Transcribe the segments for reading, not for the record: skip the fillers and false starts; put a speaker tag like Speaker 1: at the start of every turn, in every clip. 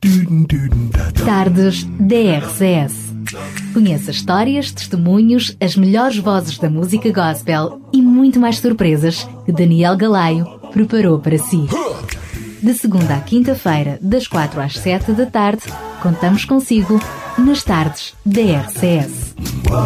Speaker 1: Tardes DRCS. Conheça histórias, testemunhos, as melhores vozes da música gospel e muito mais surpresas que Daniel Galaio preparou para si. De segunda à quinta-feira, das 4 às 7 da tarde, contamos consigo nas Tardes DRCS.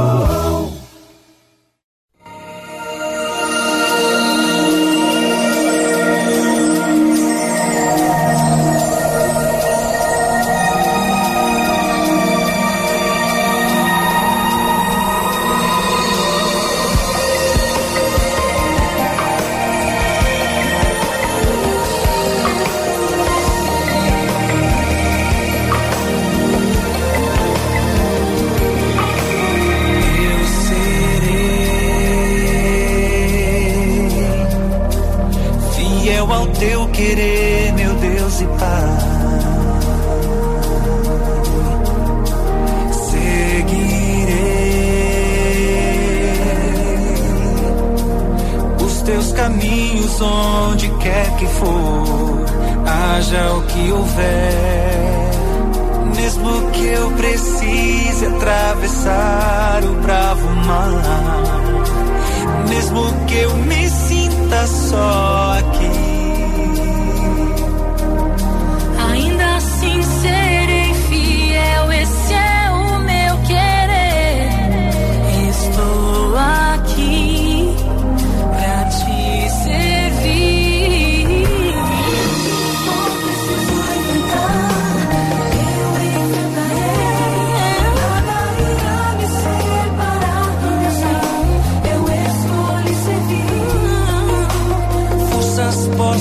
Speaker 2: Teu querer, meu Deus e Pai, seguirei os teus caminhos onde quer que for, haja o que houver, mesmo que eu precise atravessar o bravo mar, mesmo que eu me sinta só aqui.
Speaker 3: Serei fiel, esse é o meu querer. Estou aqui pra te servir. Não preciso inventar, eu enfrentarei. Nada irá me separar do meu Senhor. Eu escolhi servir.
Speaker 2: Forças posso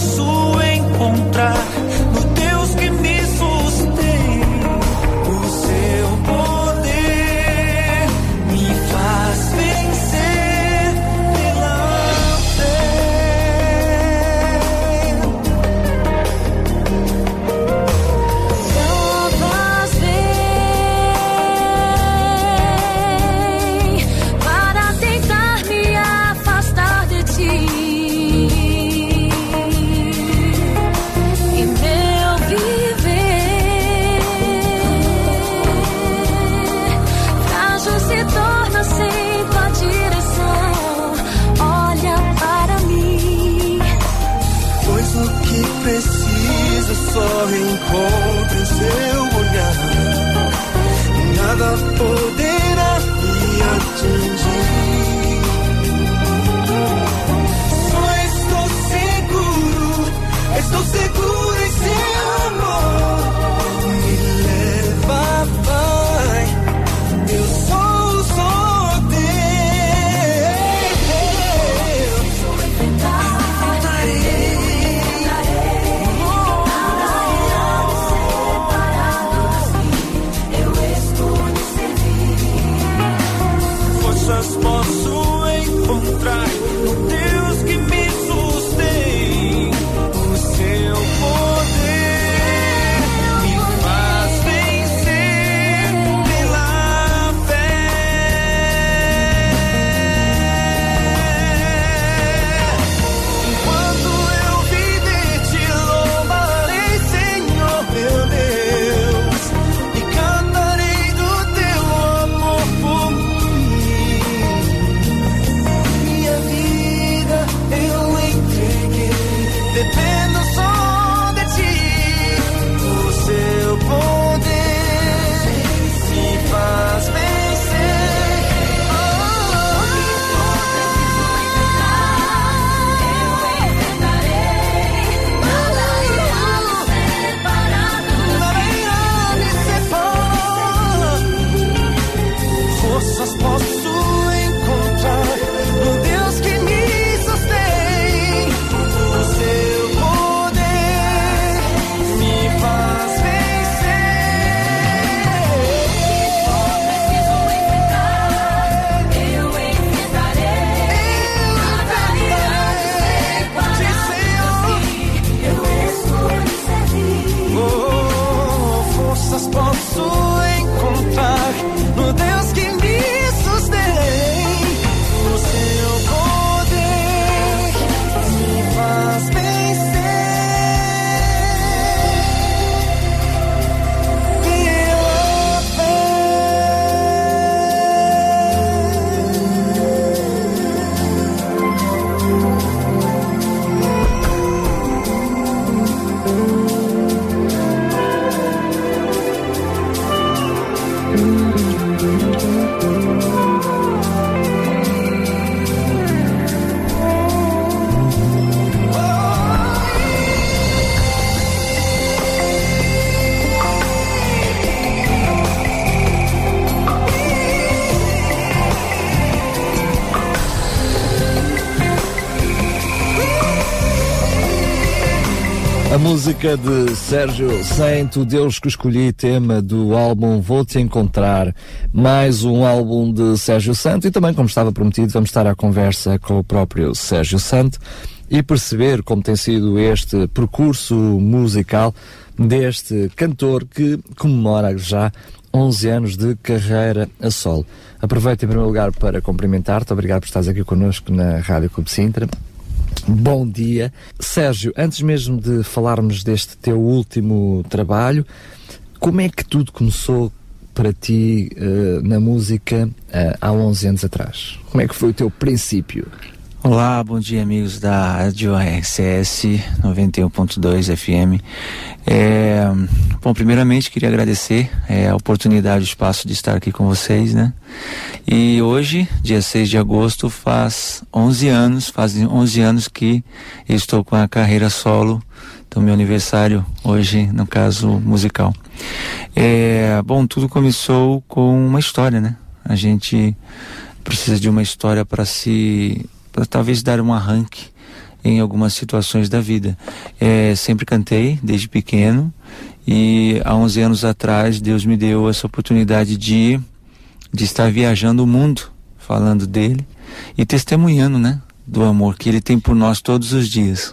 Speaker 4: A música de Sérgio Santo, Deus que escolhi, tema do álbum Vou-te Encontrar, mais um álbum de Sérgio Santo, e também, como estava prometido, vamos estar à conversa com o próprio Sérgio Santo e perceber como tem sido este percurso musical deste cantor que comemora já 11 anos de carreira a solo. Aproveito em primeiro lugar para cumprimentar-te, obrigado por estares aqui connosco na Rádio Clube Sintra. Bom dia. Sérgio, antes mesmo de falarmos deste teu último trabalho, como é que tudo começou para ti na música há 11 anos atrás? Como é que foi o teu princípio?
Speaker 5: Olá, bom dia, amigos da Rádio RCS 91.2 FM. Bom, primeiramente queria agradecer a oportunidade, o espaço de estar aqui com vocês, né? E hoje, dia 6 de agosto, fazem 11 anos que eu estou com a carreira solo. Então, meu aniversário hoje, no caso, musical. Bom, tudo começou com uma história, né? A gente precisa de uma história para talvez dar um arranque em algumas situações da vida. Sempre cantei desde pequeno, e há 11 anos atrás Deus me deu essa oportunidade de estar viajando o mundo, falando dele e testemunhando, né, do amor que ele tem por nós todos os dias.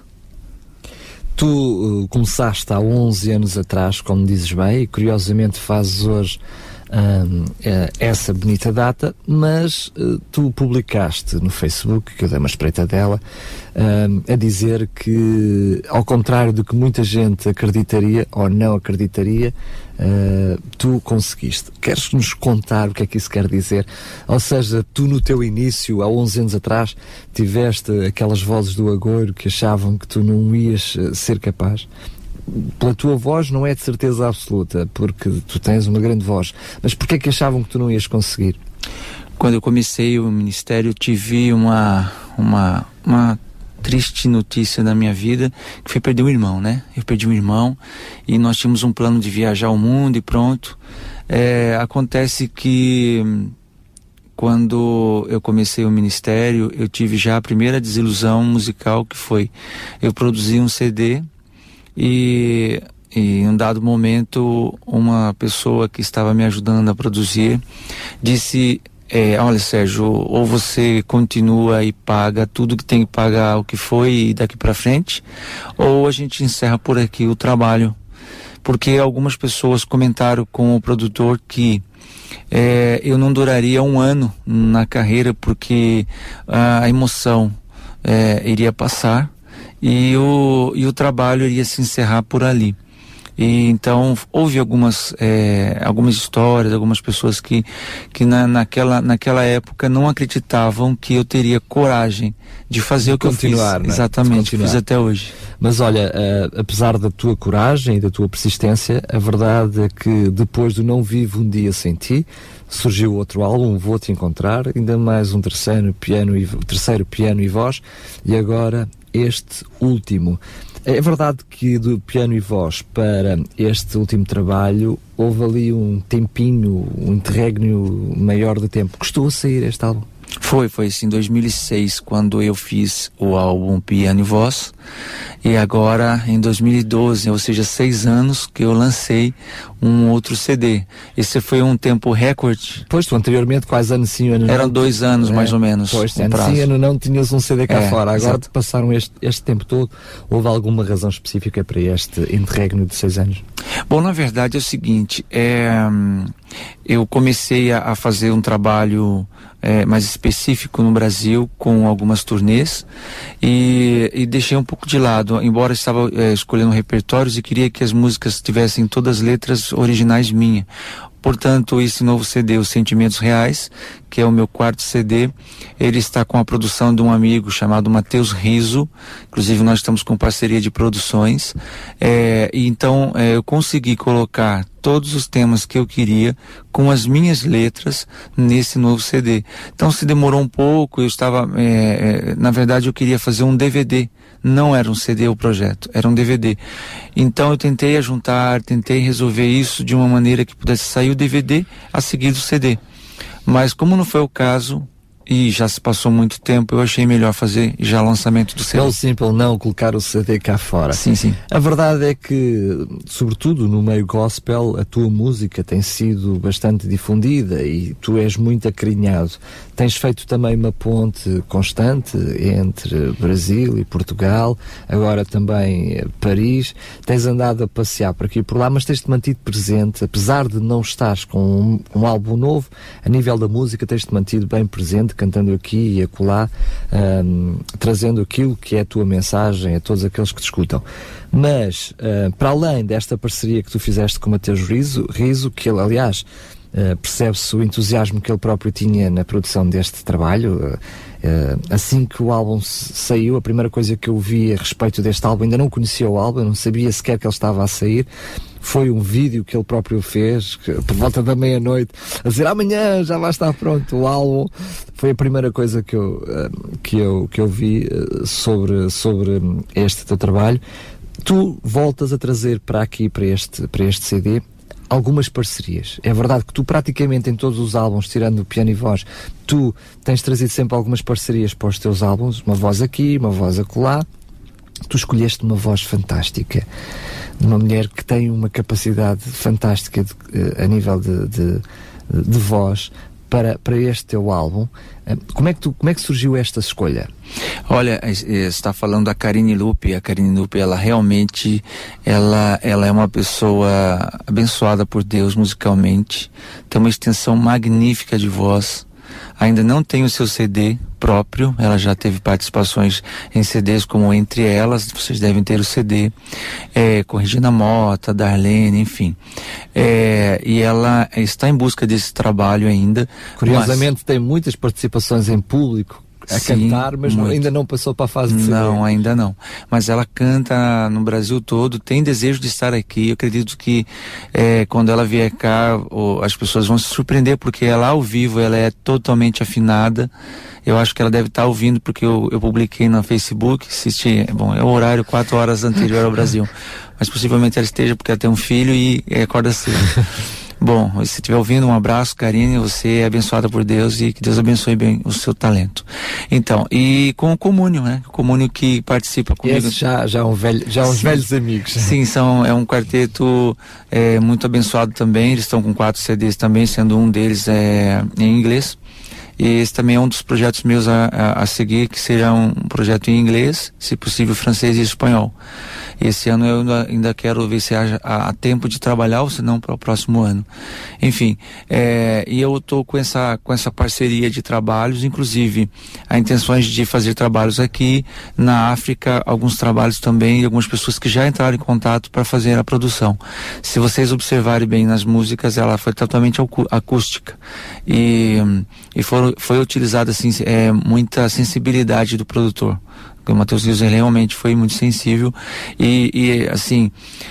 Speaker 4: Tu começaste há 11 anos atrás, como dizes bem, e curiosamente fazes hoje essa bonita data, mas tu publicaste no Facebook, que eu dei uma espreita dela, a dizer que, ao contrário do que muita gente acreditaria ou não acreditaria, tu conseguiste. Queres nos contar o que é que isso quer dizer? Ou seja, tu no teu início, há 11 anos atrás, tiveste aquelas vozes do agouro que achavam que tu não ias ser capaz. Pela tua voz não é de certeza absoluta, porque tu tens uma grande voz, mas porquê é que achavam que tu não ias conseguir?
Speaker 5: Quando eu comecei o ministério, tive uma triste notícia na minha vida, que foi perder um irmão, né? Eu perdi um irmão e nós tínhamos um plano de viajar ao mundo e pronto. Acontece que quando eu comecei o ministério, eu tive já a primeira desilusão musical, que foi, eu produzi um CD e em um dado momento uma pessoa que estava me ajudando a produzir disse, olha, Sérgio, ou você continua e paga tudo que tem que pagar, o que foi daqui para frente, ou a gente encerra por aqui o trabalho, porque algumas pessoas comentaram com o produtor que eu não duraria um ano na carreira, porque a emoção iria passar e o trabalho iria se encerrar por ali. E então houve algumas histórias, algumas pessoas que naquela época não acreditavam que eu teria coragem de fazer o que eu fiz. Né? Exatamente, fiz até hoje.
Speaker 4: Mas olha, apesar da tua coragem e da tua persistência, a verdade é que depois do Não Vivo um Dia Sem Ti, surgiu outro álbum, Vou-te Encontrar, ainda mais um terceiro piano e voz, e agora este último. É verdade que do piano e voz para este último trabalho houve ali um tempinho, um interregno maior de tempo. Custou a sair este álbum?
Speaker 5: Foi em 2006 quando eu fiz o álbum Piano e Voz, e agora em 2012, ou seja, 6 anos que eu lancei um outro CD. Esse foi um tempo recorde.
Speaker 4: Pois, tu anteriormente quase ano sim, ano não.
Speaker 5: Eram 2 anos mais ou menos.
Speaker 4: Pois, ano sim, ano não tinhas um CD cá fora. Agora te passaram este tempo todo. Houve alguma razão específica para este interregno de 6 anos?
Speaker 5: Bom, na verdade é o seguinte, eu comecei a fazer um trabalho mais específico no Brasil, com algumas turnês, e deixei um pouco de lado, embora eu estava escolhendo repertórios e queria que as músicas tivessem todas as letras originais minhas. Portanto, esse novo CD, Os Sentimentos Reais, que é o meu 4º CD, ele está com a produção de um amigo chamado Matheus Riso. Inclusive nós estamos com parceria de produções, e então eu consegui colocar todos os temas que eu queria com as minhas letras nesse novo CD. Então se demorou um pouco, eu estava, na verdade eu queria fazer um DVD, não era um CD o projeto, era um DVD. Então eu tentei tentei resolver isso de uma maneira que pudesse sair o DVD a seguir do CD. Mas como não foi o caso, e já se passou muito tempo, eu achei melhor fazer já o lançamento do CD.
Speaker 4: Tão simples não colocar o CD cá fora.
Speaker 5: Sim, sim.
Speaker 4: A verdade é que, sobretudo no meio gospel, a tua música tem sido bastante difundida e tu és muito acarinhado. Tens feito também uma ponte constante entre Brasil e Portugal, agora também Paris. Tens andado a passear por aqui e por lá, mas tens-te mantido presente, apesar de não estares com um álbum novo, a nível da música tens-te mantido bem presente, cantando aqui e acolá, trazendo aquilo que é a tua mensagem a todos aqueles que te escutam. Mas, para além desta parceria que tu fizeste com o Mateus Riso, que ele, aliás, percebe-se o entusiasmo que ele próprio tinha na produção deste trabalho. Assim que o álbum saiu, a primeira coisa que eu vi a respeito deste álbum, ainda não conhecia o álbum, eu não sabia sequer que ele estava a sair, foi um vídeo que ele próprio fez, por volta da meia-noite, a dizer amanhã já vai estar pronto o álbum. Foi a primeira coisa que eu vi sobre este teu trabalho. Tu voltas a trazer para aqui, para este CD, algumas parcerias. É verdade que tu praticamente em todos os álbuns, tirando o piano e voz, tu tens trazido sempre algumas parcerias para os teus álbuns, uma voz aqui, uma voz acolá. Tu escolheste uma voz fantástica, uma mulher que tem uma capacidade fantástica a nível de voz para este teu álbum. Como é que surgiu esta escolha?
Speaker 5: Olha, você está falando da Karine Lupe. A Karine Lupe, ela realmente ela é uma pessoa abençoada por Deus musicalmente, tem uma extensão magnífica de voz. Ainda não tem o seu CD próprio, ela já teve participações em CDs como Entre Elas, vocês devem ter o CD, com Regina Mota, Darlene, enfim. E ela está em busca desse trabalho ainda.
Speaker 4: Curiosamente tem muitas participações em público a cantar, mas ainda não passou para a fase de CD.
Speaker 5: Não, ainda não. Mas ela canta no Brasil todo, tem desejo de estar aqui. Eu acredito que quando ela vier cá, as pessoas vão se surpreender, porque ela ao vivo, ela é totalmente afinada. Eu acho que ela deve estar ouvindo, porque eu publiquei no Facebook, é o horário 4 horas anterior ao Brasil. Mas possivelmente ela esteja, porque ela tem um filho e acorda cedo. Bom, se estiver ouvindo, um abraço, Karine, você é abençoada por Deus e que Deus abençoe bem o seu talento. Então, e com o Comúnio, né? O Comúnio que participa comigo.
Speaker 4: Esse uns velhos amigos.
Speaker 5: Sim, é um quarteto muito abençoado também. Eles estão com 4 CDs também, sendo um deles em inglês. E esse também é um dos projetos meus a seguir, que seja um projeto em inglês, se possível francês e espanhol. Esse ano eu ainda quero ver se há tempo de trabalhar, ou se não para o próximo ano. Enfim, e eu estou com essa parceria de trabalhos, inclusive há intenções de fazer trabalhos aqui na África, alguns trabalhos também, e algumas pessoas que já entraram em contato para fazer a produção. Se vocês observarem bem nas músicas, ela foi totalmente acústica e foi utilizada assim, muita sensibilidade do produtor. O Mateus Riso realmente foi muito sensível e assim,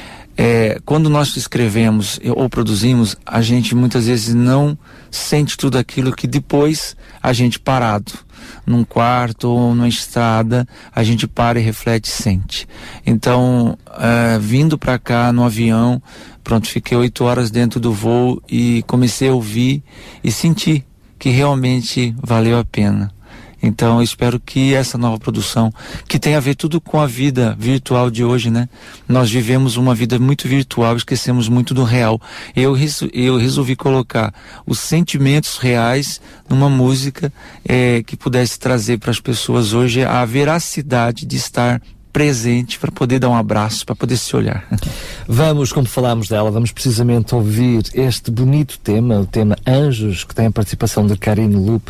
Speaker 5: quando nós escrevemos ou produzimos, a gente muitas vezes não sente tudo aquilo que depois a gente parado num quarto ou numa estrada, a gente para e reflete e sente. Então, vindo para cá no avião, pronto, fiquei 8 horas dentro do voo e comecei a ouvir e senti que realmente valeu a pena. Então eu espero que essa nova produção, que tem a ver tudo com a vida virtual de hoje, né? Nós vivemos uma vida muito virtual, esquecemos muito do real. Eu resolvi colocar os sentimentos reais numa música que pudesse trazer para as pessoas hoje a veracidade de estar presente, para poder dar um abraço, para poder se olhar.
Speaker 4: Vamos, como falámos dela, vamos precisamente ouvir este bonito tema, o tema Anjos, que tem a participação de Karine Lupe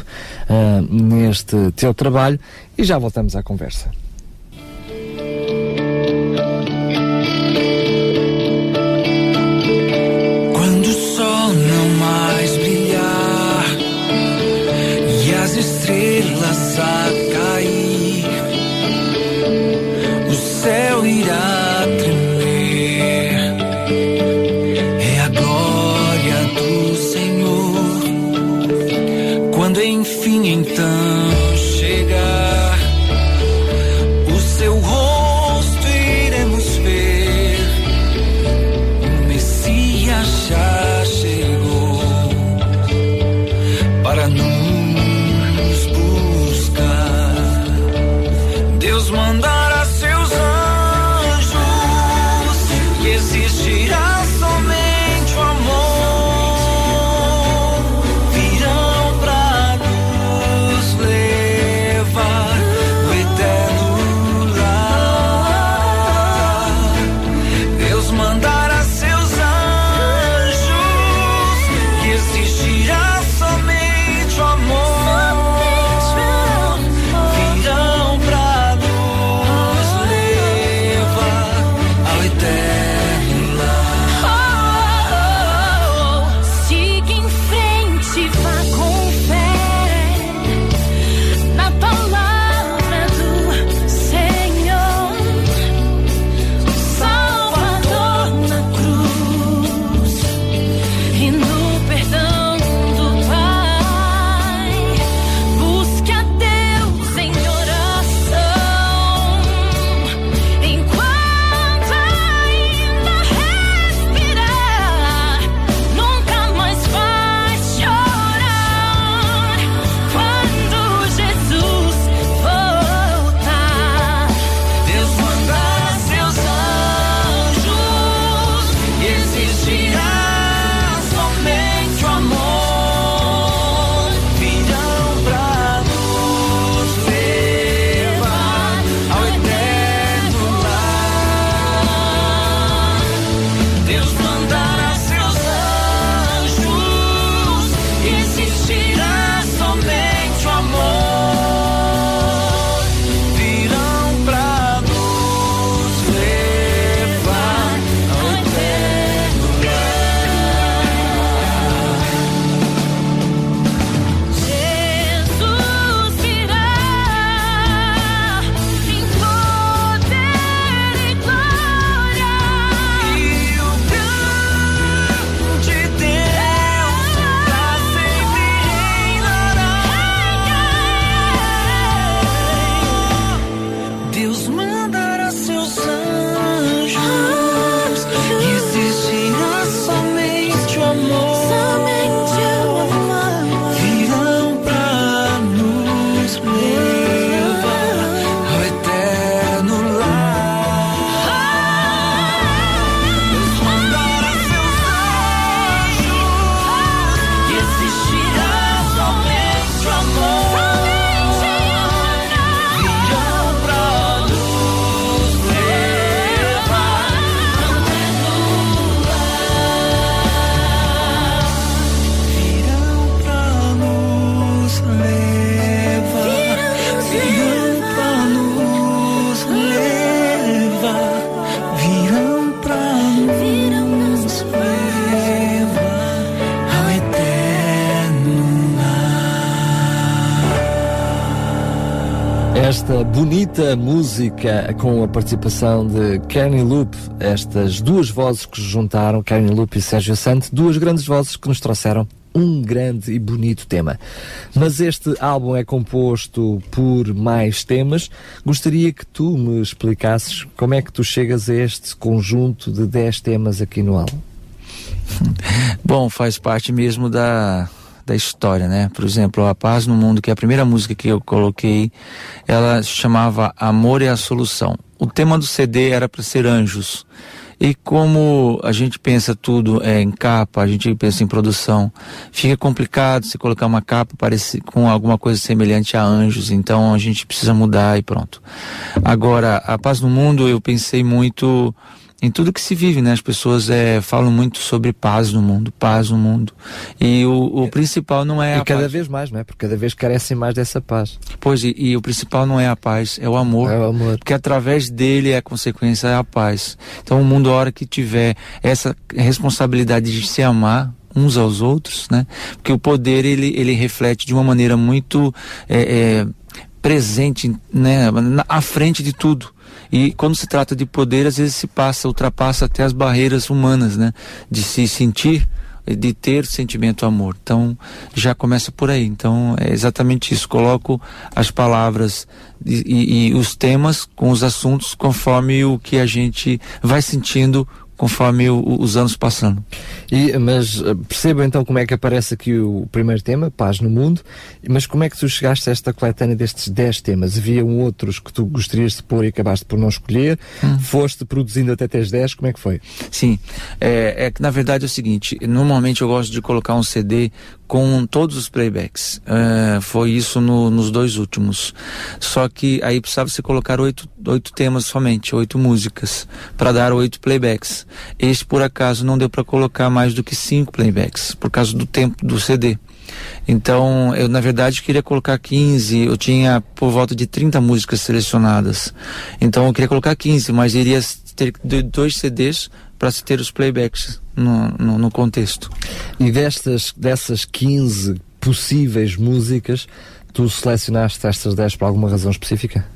Speaker 4: neste teu trabalho, e já voltamos à conversa.
Speaker 2: Quando o sol não mais brilhar e as estrelas a cair, o céu irá tremer, é a glória do Senhor. Quando enfim então chegar o seu rosto, iremos ver, o Messias já chegou para nos buscar.
Speaker 4: Esta bonita música com a participação de Kenny Loop, estas duas vozes que se juntaram, Kenny Loop e Sérgio Santo, duas grandes vozes que nos trouxeram um grande e bonito tema. Mas este álbum é composto por mais temas. Gostaria que tu me explicasses como é que tu chegas a este conjunto de 10 temas aqui no álbum.
Speaker 5: Bom, faz parte mesmo da história, né? Por exemplo, A Paz no Mundo, que é a primeira música que eu coloquei, ela se chamava Amor é a Solução. O tema do CD era para ser Anjos. E como a gente pensa tudo em capa, a gente pensa em produção, fica complicado se colocar uma capa com alguma coisa semelhante a Anjos, então a gente precisa mudar e pronto. Agora, A Paz no Mundo, eu pensei muito em tudo que se vive, né? As pessoas falam muito sobre paz no mundo. E o principal não é a paz. E
Speaker 4: cada vez mais, não é? Porque cada vez carecem mais dessa paz.
Speaker 5: Pois, e o principal não é a paz, é o amor.
Speaker 4: É o amor.
Speaker 5: Porque através dele a consequência é a paz. Então o mundo, a hora que tiver essa responsabilidade de se amar uns aos outros, né? Porque o poder, ele reflete de uma maneira muito presente, né? À frente de tudo. E quando se trata de poder, às vezes ultrapassa até as barreiras humanas, né? De se sentir, de ter sentimento amor. Então, já começa por aí. Então, é exatamente isso. Coloco as palavras e os temas com os assuntos conforme o que a gente vai sentindo conforme os anos passando.
Speaker 4: Mas perceba então como é que aparece aqui o primeiro tema, Paz no Mundo, mas como é que tu chegaste a esta coletânea destes 10 temas? Havia outros que tu gostarias de pôr e acabaste por não escolher? Foste produzindo até teres 10, como é que foi?
Speaker 5: Sim, é que na verdade é o seguinte, normalmente eu gosto de colocar um CD com todos os playbacks, foi isso nos 2 últimos, só que aí precisava você colocar 8 temas somente, 8 músicas, para dar 8 playbacks. Este por acaso não deu para colocar mais do que 5 playbacks, por causa do tempo do CD. Então, eu na verdade queria colocar 15, eu tinha por volta de 30 músicas selecionadas, então eu queria colocar 15, mas iria ter 2 CDs para se ter os playbacks no contexto.
Speaker 4: E dessas 15 possíveis músicas, tu selecionaste estas 10 por alguma razão específica?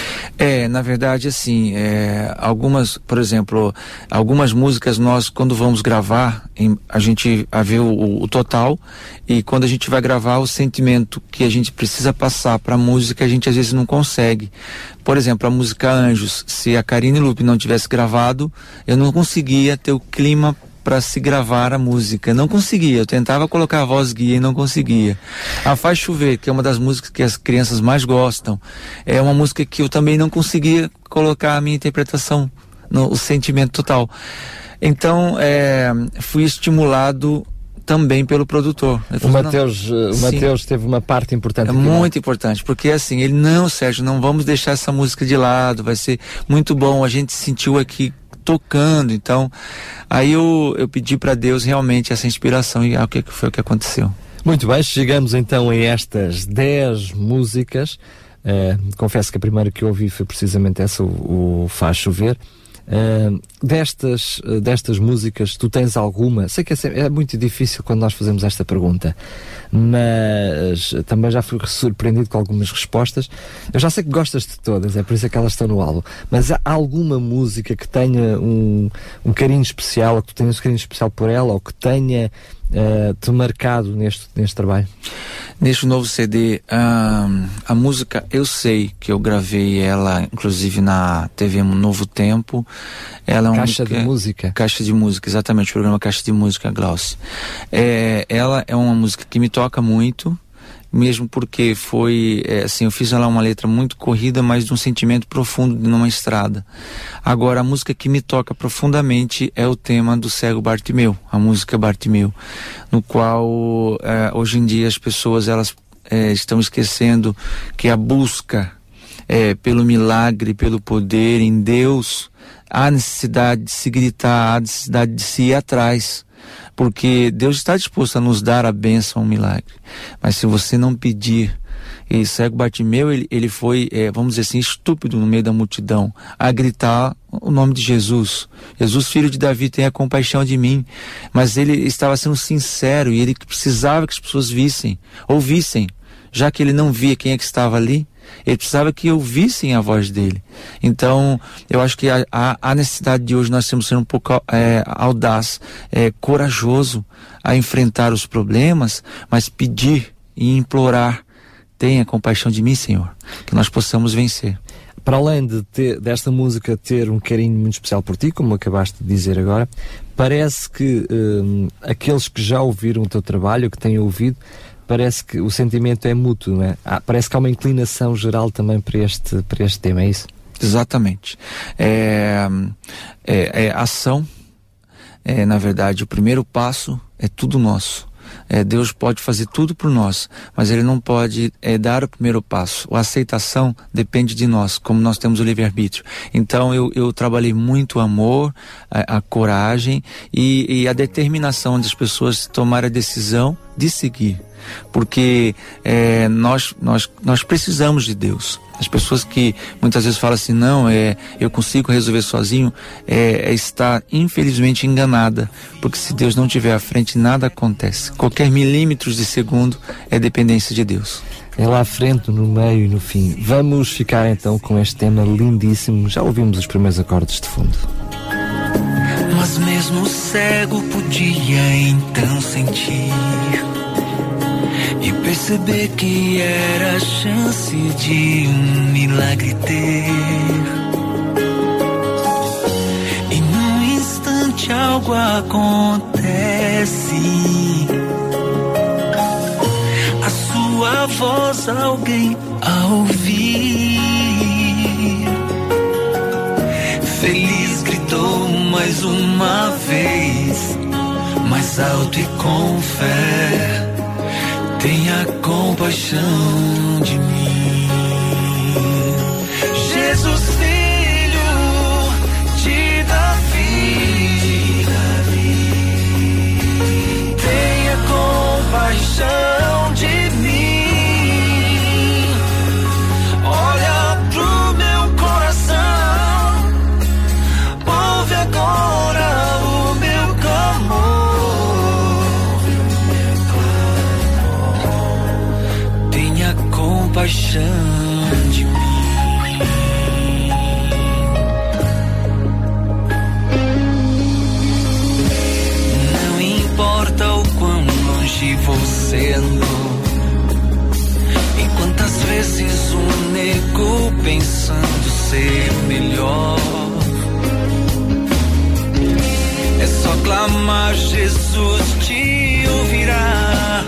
Speaker 5: Na verdade, assim, algumas, por exemplo, algumas músicas nós, quando vamos gravar, a gente vê o total, e quando a gente vai gravar, o sentimento que a gente precisa passar para a música, a gente às vezes não consegue. Por exemplo, a música Anjos, se a Karine Loop não tivesse gravado, eu não conseguia ter o clima para se gravar a música, não conseguia, eu tentava colocar a voz guia e não conseguia. A Faz Chover, que é uma das músicas que as crianças mais gostam, é uma música que eu também não conseguia colocar a minha interpretação, o sentimento total. Então, fui estimulado também pelo produtor.
Speaker 4: O Mateus teve uma parte importante.
Speaker 5: Muito importante, porque assim, ele, não, Sérgio, não vamos deixar essa música de lado, vai ser muito bom, a gente sentiu aqui tocando, então aí eu pedi para Deus realmente essa inspiração, e o que foi o que aconteceu.
Speaker 4: Muito bem, chegamos então a estas 10 músicas. Confesso que a primeira que eu ouvi foi precisamente essa, o Faz Chover. Destas músicas, tu tens alguma? Sei que é muito difícil quando nós fazemos esta pergunta, mas também já fui surpreendido com algumas respostas. Eu já sei que gostas de todas, é por isso que elas estão no álbum, mas há alguma música que tenha um carinho especial, ou que tu tenhas um carinho especial por ela, ou que tenha te marcado neste trabalho?
Speaker 5: Neste novo CD, a música Eu Sei, que eu gravei ela, inclusive na TV Novo Tempo. Ela é uma
Speaker 4: Caixa de Música.
Speaker 5: Caixa de Música, exatamente, o programa Caixa de Música, Glaucio. Ela é uma música que me toca muito, mesmo porque foi, assim, eu fiz lá uma letra muito corrida, mas de um sentimento profundo numa estrada. Agora, a música que me toca profundamente é o tema do cego Bartimeu, a música Bartimeu, no qual hoje em dia as pessoas elas estão esquecendo que a busca pelo milagre, pelo poder em Deus, há necessidade de se gritar, há necessidade de se ir atrás, porque Deus está disposto a nos dar a bênção, o milagre, mas se você não pedir. E cego Bartimeu, ele foi, vamos dizer assim, estúpido no meio da multidão, a gritar o nome de Jesus. Jesus, filho de Davi, tenha compaixão de mim. Mas ele estava sendo sincero, e ele precisava que as pessoas ouvissem já que ele não via quem é que estava ali, ele precisava que ouvissem a voz dele. Então, eu acho que a necessidade de hoje nós temos que ser um pouco audaz, corajoso a enfrentar os problemas, mas pedir e implorar: tenha compaixão de mim, Senhor, que nós possamos vencer.
Speaker 4: Para além desta música ter um carinho muito especial por ti, como acabaste de dizer agora, parece que aqueles que já ouviram o teu trabalho, que têm ouvido, parece que o sentimento é mútuo, não é? Parece que há uma inclinação geral também para este tema, é isso?
Speaker 5: Exatamente. Ação, na verdade, o primeiro passo é tudo nosso. Deus pode fazer tudo por nós, mas Ele não pode dar o primeiro passo. A aceitação depende de nós, como nós temos o livre-arbítrio. Então eu trabalhei muito o amor, a coragem e a determinação das pessoas tomarem a decisão de seguir. Porque nós precisamos de Deus. As pessoas que muitas vezes falam assim, não, eu consigo resolver sozinho, está infelizmente enganada, porque se Deus não estiver à frente, nada acontece. Qualquer milímetros de segundo é dependência de Deus.
Speaker 4: É lá à frente, no meio e no fim. Vamos ficar então com este tema lindíssimo. Já ouvimos os primeiros acordes de fundo.
Speaker 2: Mas mesmo cego podia então sentir e perceber que era a chance de um milagre ter. E num instante algo acontece, a sua voz alguém a ouvir. Feliz gritou mais uma vez, mais alto e com fé: tenha compaixão de mim, Jesus, filho de Davi, tenha compaixão de mim, olha pro meu coração, ouve agora o meu clamor. Compaixão de mim. Não importa o quão longe você andou, e quantas vezes o negou pensando ser melhor. É só clamar, Jesus te ouvirá.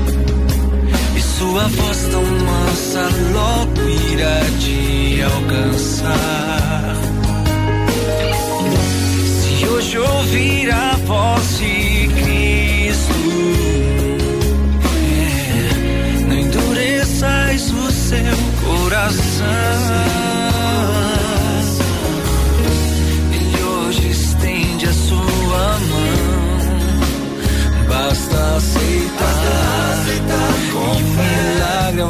Speaker 2: Sua voz tão mansa logo irá te alcançar. Se hoje ouvir a voz de Cristo, não endureçais o seu coração. Ele hoje estende a sua mão, basta aceitar. Com o milagre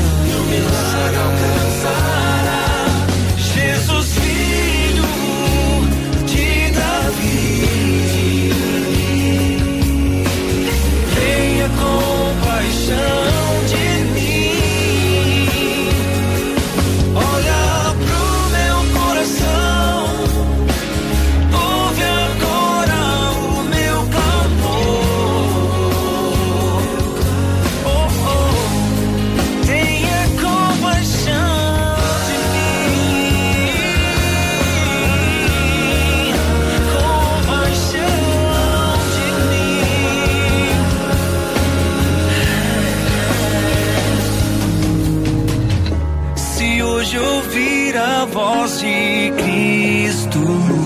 Speaker 2: alcançará. Jesus, filho de Davi, tenha compaixão de mim, olha pro meu coração, ouve agora o meu clamor. De ouvir a voz de Cristo,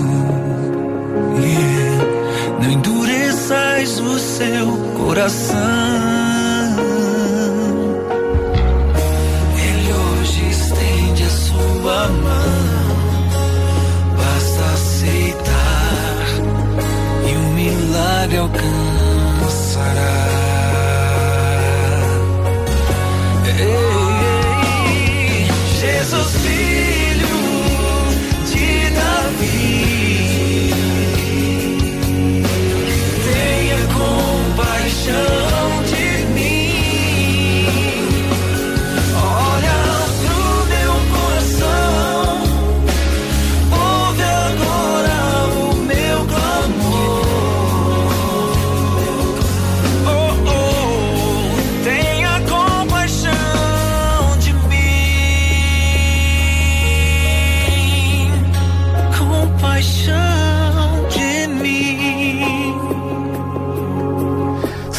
Speaker 2: não endureçais o seu coração. Ele hoje estende a sua mão, basta aceitar e o milagre alcançará. Jesus, filho de Davi, tenha compaixão de mim,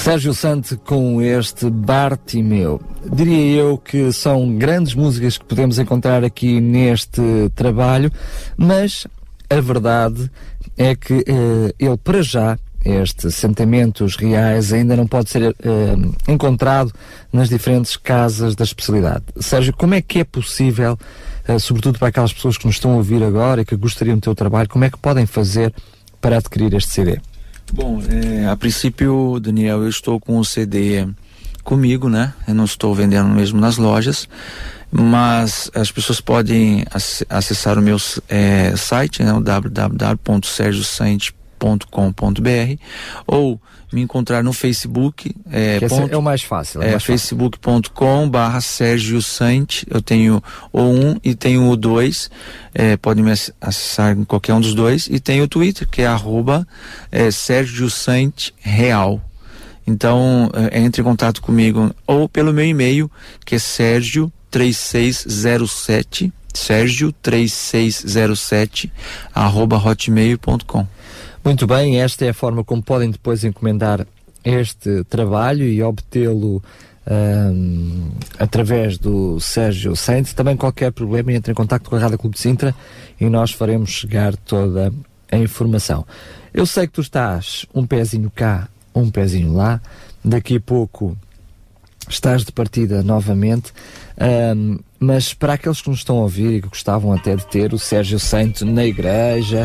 Speaker 4: Sérgio Santo com este Bartimeu. Diria eu que são grandes músicas que podemos encontrar aqui neste trabalho, mas a verdade é que ele, para já, estes Sentimentos Reais, ainda não pode ser encontrado nas diferentes casas da especialidade. Sérgio, como é que é possível, sobretudo para aquelas pessoas que nos estão a ouvir agora e que gostariam do teu trabalho, como é que podem fazer para adquirir este CD?
Speaker 5: Bom, a princípio, Daniel, eu estou com o CD comigo, né? Eu não estou vendendo mesmo nas lojas, mas as pessoas podem acessar o meu site, né? O www.sergiosante.com.br, ou me encontrar no Facebook.
Speaker 4: É o mais fácil.
Speaker 5: facebook.com/Sérgio Sante. Eu tenho o 1 e tenho o 2. Podem me acessar em qualquer um dos dois. E tem o Twitter, que é @Sérgio Sante Real. Então, entre em contato comigo ou pelo meu e-mail, que é Sergio3607, Sergio3607 @hotmail.com.
Speaker 4: Muito bem, esta é a forma como podem depois encomendar este trabalho e obtê-lo através do Sérgio Santos. Também qualquer problema, entre em contacto com a Rádio Clube de Sintra e nós faremos chegar toda a informação. Eu sei que tu estás um pezinho cá, um pezinho lá, daqui a pouco estás de partida novamente, mas para aqueles que nos estão a ouvir e que gostavam até de ter o Sérgio Santos na igreja,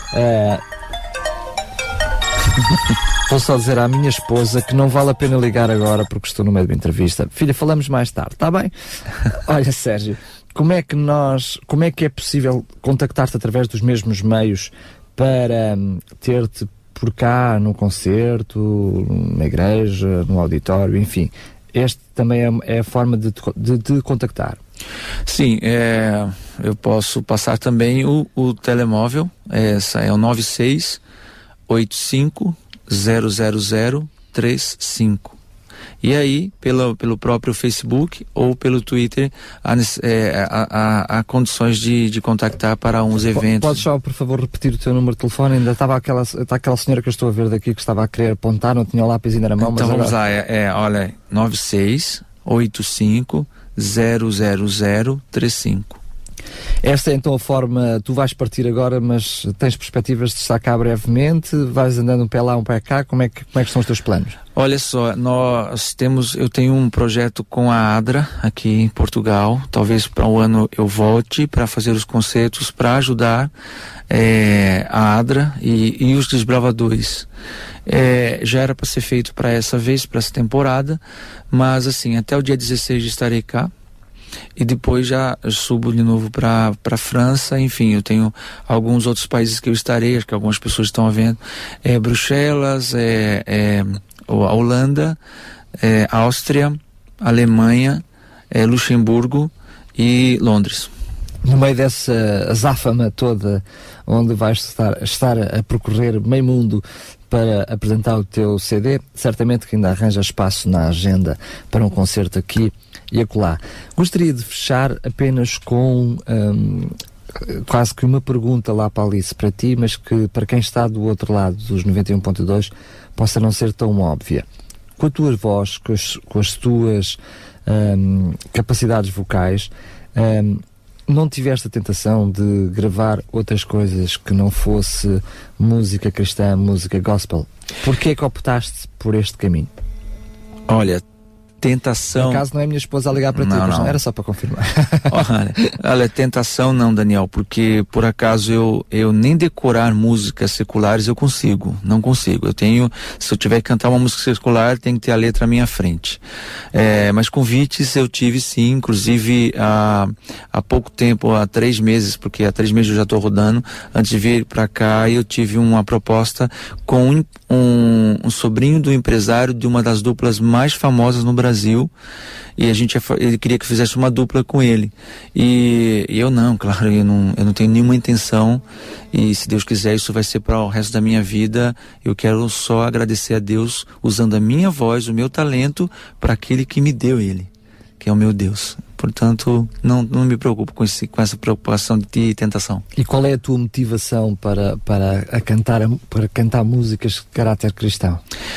Speaker 4: vou só dizer à minha esposa que não vale a pena ligar agora porque estou no meio de uma entrevista. Filha, falamos mais tarde, está bem? Olha, Sérgio, como é que é possível contactar-te através dos mesmos meios para ter-te por cá no concerto, na igreja, no auditório, enfim? Este também é a forma de contactar.
Speaker 5: Sim, eu posso passar também o telemóvel, é o 9685-00035. E aí, pelo próprio Facebook ou pelo Twitter, há condições de contactar para uns eventos.
Speaker 4: Podes só, por favor, repetir o teu número de telefone? Ainda estava aquela senhora que eu estou a ver daqui que estava a querer apontar, não tinha o lápis ainda na mão.
Speaker 5: Então
Speaker 4: mas
Speaker 5: vamos
Speaker 4: agora...
Speaker 5: lá, olha, 9685-00035.
Speaker 4: Esta é então a forma. Tu vais partir agora, mas tens perspectivas de estar cá brevemente? Vais andando um pé lá, um pé cá? Como é que são os teus planos?
Speaker 5: Olha só, eu tenho um projeto com a ADRA aqui em Portugal. Talvez para um ano eu volte para fazer os concertos, para ajudar a ADRA e os Desbravadores. Já era para ser feito para essa vez, para essa temporada, mas assim, até o dia 16 estarei cá. E depois já subo de novo para França. Enfim, eu tenho alguns outros países que eu estarei, acho que algumas pessoas estão vendo, Bruxelas, a Holanda, Áustria, Alemanha, Luxemburgo e Londres.
Speaker 4: No meio dessa azáfama toda, onde vais estar a percorrer meio mundo para apresentar o teu CD, certamente que ainda arranja espaço na agenda para um concerto aqui e acolá. Gostaria de fechar apenas com quase que uma pergunta lá para a Alice, para ti, mas que para quem está do outro lado dos 91.2 possa não ser tão óbvia. Com a tua voz, com as tuas capacidades vocais, não tiveste a tentação de gravar outras coisas que não fosse música cristã, música gospel? Porquê é que optaste por este caminho?
Speaker 5: Olha, tentação...
Speaker 4: No caso não é a minha esposa a ligar para ti, não. Era só para confirmar.
Speaker 5: Olha, tentação não, Daniel, porque por acaso eu nem decorar músicas seculares eu não consigo. Se eu tiver que cantar uma música secular, tem que ter a letra à minha frente. Mas convites eu tive sim, inclusive há pouco tempo, há 3 meses, porque há 3 meses eu já estou rodando, antes de vir para cá eu tive uma proposta com um sobrinho do empresário de uma das duplas mais famosas no Brasil, e ele queria que eu fizesse uma dupla com ele, e eu não tenho nenhuma intenção, e se Deus quiser isso vai ser para o resto da minha vida. Eu quero só agradecer a Deus usando a minha voz, o meu talento, para aquele que me deu ele, que é o meu Deus. Portanto, não me preocupo com essa preocupação de tentação.
Speaker 4: E qual é a tua motivação para cantar músicas de caráter cristão?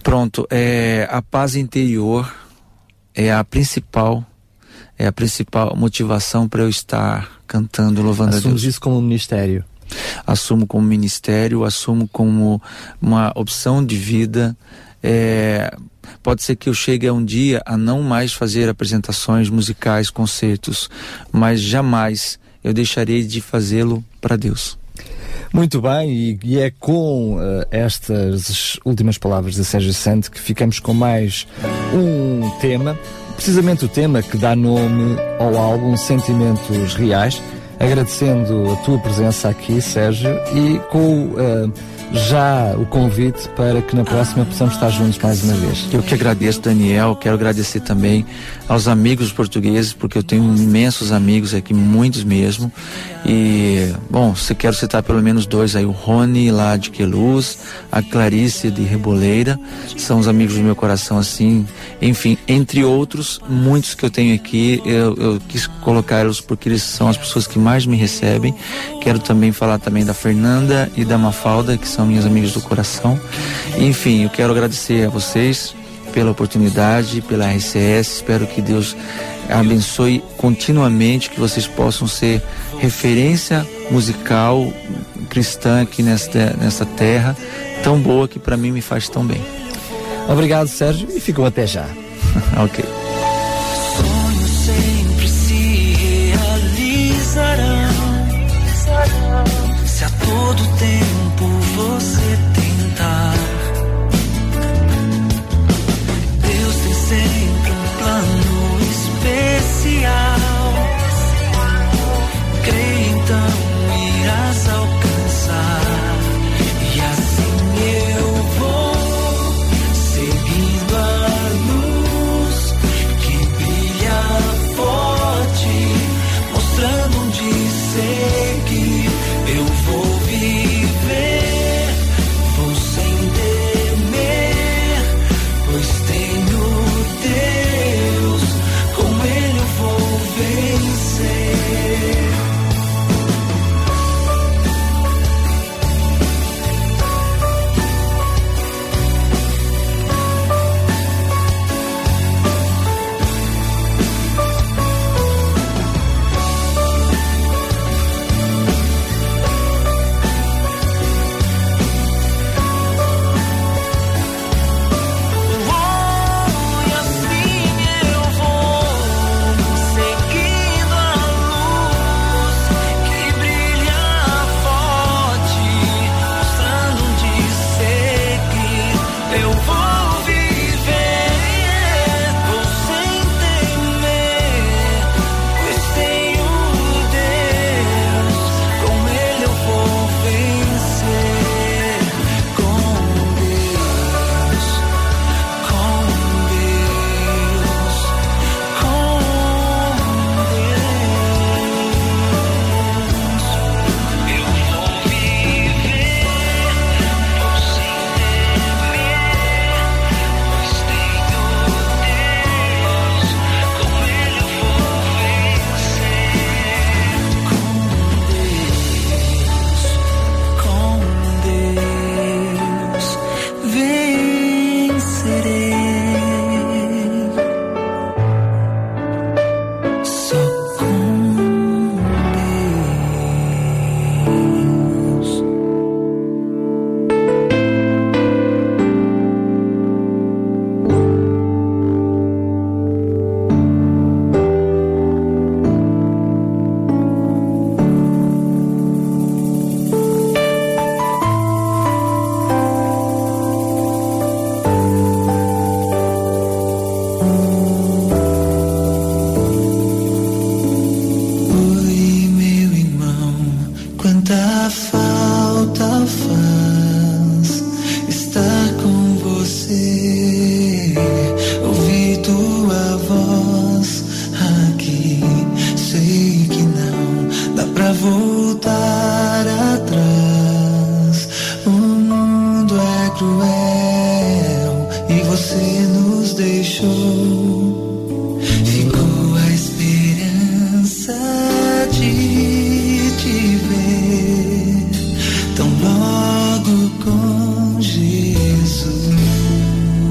Speaker 5: Pronto, a paz interior é a principal motivação para eu estar cantando, louvando a Deus.
Speaker 4: Assumes isso como um ministério?
Speaker 5: Assumo como ministério, assumo como uma opção de vida. Pode ser que eu chegue a um dia a não mais fazer apresentações musicais, concertos, mas jamais eu deixarei de fazê-lo para Deus.
Speaker 4: Muito bem, e é com estas últimas palavras de Sérgio Santo que ficamos com mais um tema, precisamente o tema que dá nome ao álbum Sentimentos Reais, agradecendo a tua presença aqui, Sérgio, e com já o convite para que na próxima possamos estar juntos mais uma vez.
Speaker 5: Eu que agradeço, Daniel, quero agradecer também aos amigos portugueses, porque eu tenho imensos amigos aqui, muitos mesmo, e, bom, se quero citar pelo menos dois aí, o Rony lá de Queluz, a Clarice de Reboleira, são os amigos do meu coração, assim, enfim, entre outros, muitos que eu tenho aqui, eu quis colocá-los porque eles são as pessoas que mais me recebem. Quero também falar também da Fernanda e da Mafalda, que são minhas amigas do coração. Enfim, eu quero agradecer a vocês pela oportunidade, pela RCS. Espero que Deus abençoe continuamente, que vocês possam ser referência musical cristã aqui nessa terra tão boa que para mim me faz tão bem.
Speaker 4: Obrigado, Sérgio, e ficam até já.
Speaker 5: Ok.
Speaker 2: Sonhos sempre se realizarão se a todo tempo você tentar. Deus tem sempre um plano especial. Creia então, irás alcançar. E assim eu vou seguindo a luz que brilha forte, mostrando onde seguir. Eu vou viver, vou sem temer, pois tenho Deus, com Ele eu vou vencer.
Speaker 6: Tão logo com Jesus.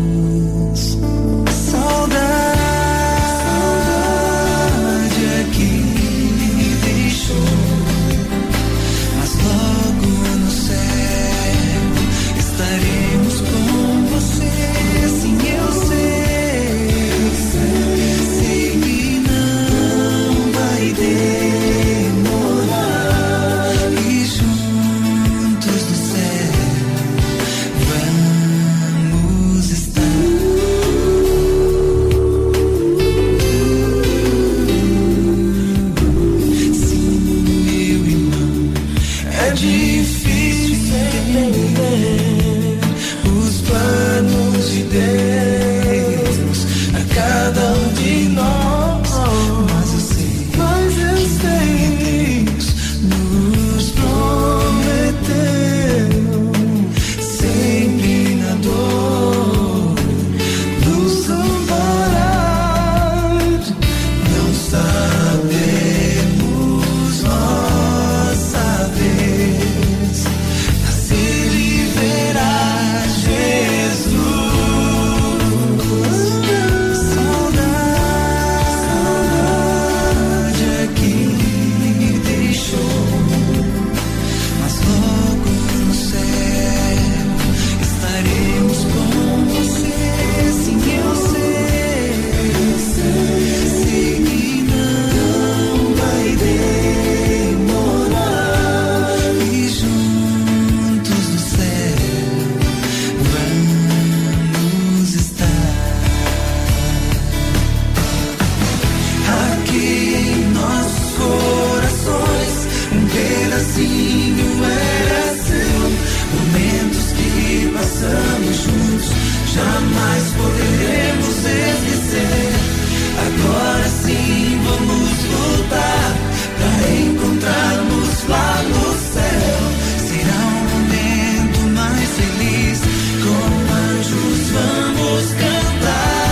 Speaker 2: jamais poderemos esquecer. Agora sim vamos lutar pra encontrarmos lá no céu. Será um momento mais feliz, com anjos vamos cantar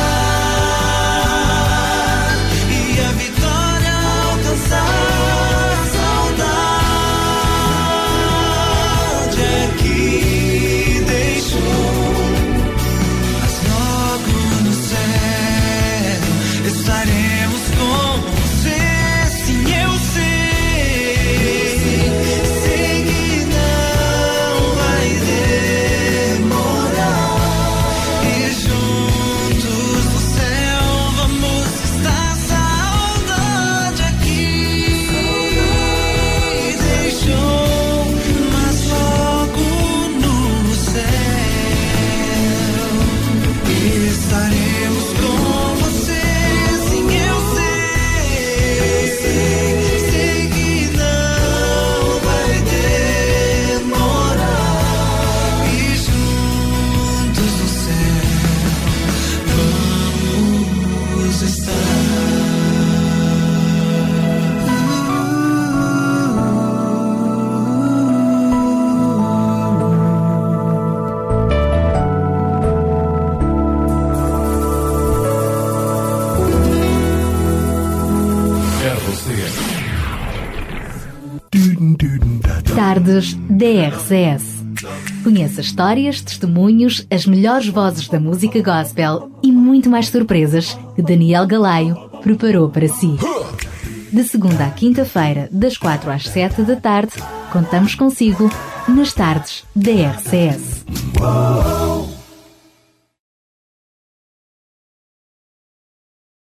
Speaker 2: e a vitória alcançar. Saudade aqui deixou, mas logo no céu estaremos com você. Sim, eu sei, sei que não vai demorar. E juntos no céu vamos estar. Saudade aqui deixou, mas logo no céu estaremos com você. Sim, eu sei, sei que não vai demorar. E juntos no céu vamos estar.
Speaker 1: Tardes DRCS. Conheça histórias, testemunhos, as melhores vozes da música gospel e muito mais surpresas que Daniel Galaio preparou para si. De segunda à quinta-feira, das 4 às 7 da tarde, contamos consigo nas Tardes DRCS.